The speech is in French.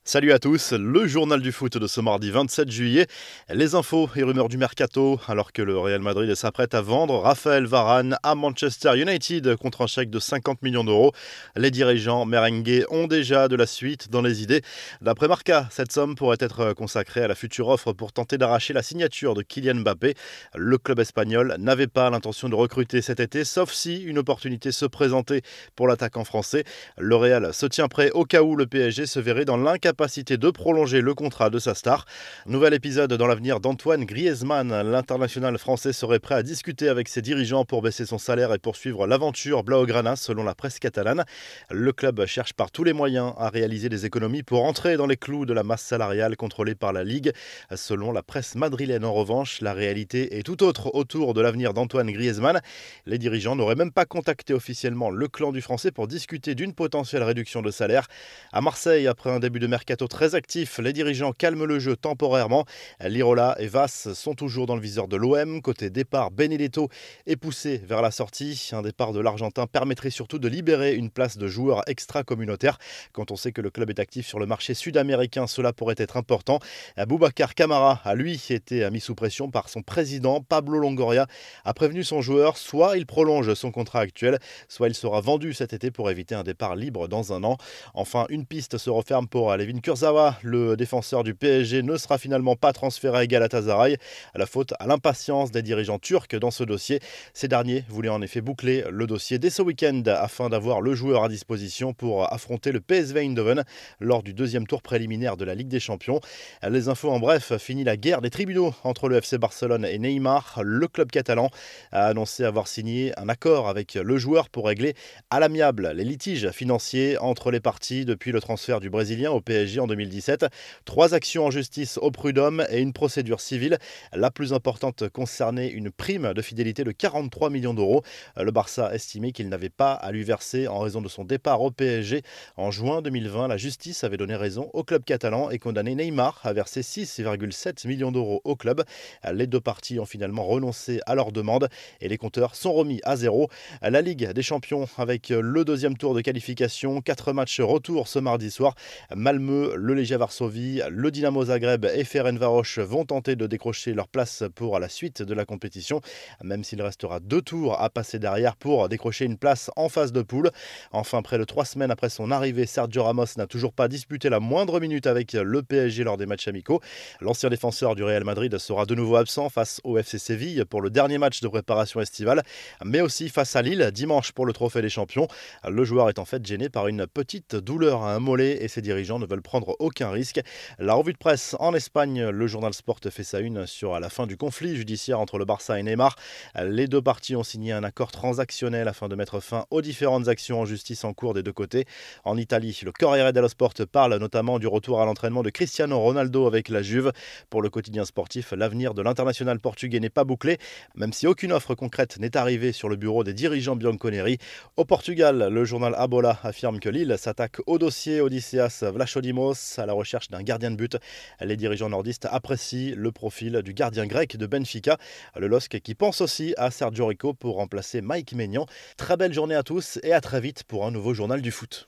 Salut à tous, le journal du foot de ce mardi 27 juillet. Les infos et rumeurs du mercato, alors que le Real Madrid s'apprête à vendre Raphaël Varane à Manchester United contre un chèque de 50 millions d'euros. Les dirigeants merengues ont déjà de la suite dans les idées. D'après Marca, cette somme pourrait être consacrée à la future offre pour tenter d'arracher la signature de Kylian Mbappé. Le club espagnol n'avait pas l'intention de recruter cet été, sauf si une opportunité se présentait pour l'attaquant français. Le Real se tient prêt au cas où le PSG se verrait dans l'incapacité de prolonger le contrat de sa star. Nouvel épisode dans l'avenir d'Antoine Griezmann. L'international français serait prêt à discuter avec ses dirigeants pour baisser son salaire et poursuivre l'aventure Blaugrana selon la presse catalane. Le club cherche par tous les moyens à réaliser des économies pour entrer dans les clous de la masse salariale contrôlée par la Ligue. Selon la presse madrilène en revanche, la réalité est tout autre autour de l'avenir d'Antoine Griezmann. Les dirigeants n'auraient même pas contacté officiellement le clan du français pour discuter d'une potentielle réduction de salaire. À Marseille, après un début de mercato très actif, les dirigeants calment le jeu temporairement. Lirola et Vass sont toujours dans le viseur de l'OM. Côté départ, Benedetto est poussé vers la sortie. Un départ de l'Argentin permettrait surtout de libérer une place de joueur extra-communautaire. Quand on sait que le club est actif sur le marché sud-américain, cela pourrait être important. Boubacar Camara a lui été mis sous pression par son président Pablo Longoria. A prévenu son joueur, soit il prolonge son contrat actuel, soit il sera vendu cet été pour éviter un départ libre dans un an. Enfin, une piste se referme pour Layvin Kurzawa. Le défenseur du PSG ne sera finalement pas transféré à Galatasaray. La faute à l'impatience des dirigeants turcs dans ce dossier. Ces derniers voulaient en effet boucler le dossier dès ce week-end afin d'avoir le joueur à disposition pour affronter le PSV Eindhoven lors du deuxième tour préliminaire de la Ligue des Champions. Les infos en bref, fini la guerre des tribunaux entre le FC Barcelone et Neymar. Le club catalan a annoncé avoir signé un accord avec le joueur pour régler à l'amiable les litiges financiers entre les parties depuis le transfert du Brésilien au PSG en 2017. 3 actions en justice au prud'homme et une procédure civile. La plus importante concernait une prime de fidélité de 43 millions d'euros. Le Barça estimait qu'il n'avait pas à lui verser en raison de son départ au PSG. En juin 2020, la justice avait donné raison au club catalan et condamné Neymar à verser 6,7 millions d'euros au club. Les deux parties ont finalement renoncé à leur demande et les compteurs sont remis à zéro. La Ligue des Champions avec le deuxième tour de qualification, 4 matchs retour ce mardi soir. Malmö, le Legia Varsovie, le Dynamo Zagreb et Ferencváros vont tenter de décrocher leur place pour la suite de la compétition, même s'il restera 2 tours à passer derrière pour décrocher une place en phase de poule. Enfin, près de 3 semaines après son arrivée, Sergio Ramos n'a toujours pas disputé la moindre minute avec le PSG lors des matchs amicaux. L'ancien défenseur du Real Madrid sera de nouveau absent face au FC Séville pour le dernier match de préparation estivale, mais aussi face à Lille dimanche pour le Trophée des Champions. Le joueur est en fait gêné par une petite douleur à un mollet et ses dirigeants ne veulent prendre aucun risque. La revue de presse en Espagne, le journal Sport fait sa une sur la fin du conflit judiciaire entre le Barça et Neymar. Les deux parties ont signé un accord transactionnel afin de mettre fin aux différentes actions en justice en cours des deux côtés. En Italie, le Corriere dello Sport parle notamment du retour à l'entraînement de Cristiano Ronaldo avec la Juve. Pour le quotidien sportif, l'avenir de l'international portugais n'est pas bouclé, même si aucune offre concrète n'est arrivée sur le bureau des dirigeants bianconeri. Au Portugal, le journal Abola affirme que Lille s'attaque au dossier Odysseas Vlachodimos à la recherche d'un gardien de but. Les dirigeants nordistes apprécient le profil du gardien grec de Benfica, le LOSC qui pense aussi à Sergio Rico pour remplacer Mike Maignan. Très belle journée à tous et à très vite pour un nouveau journal du foot.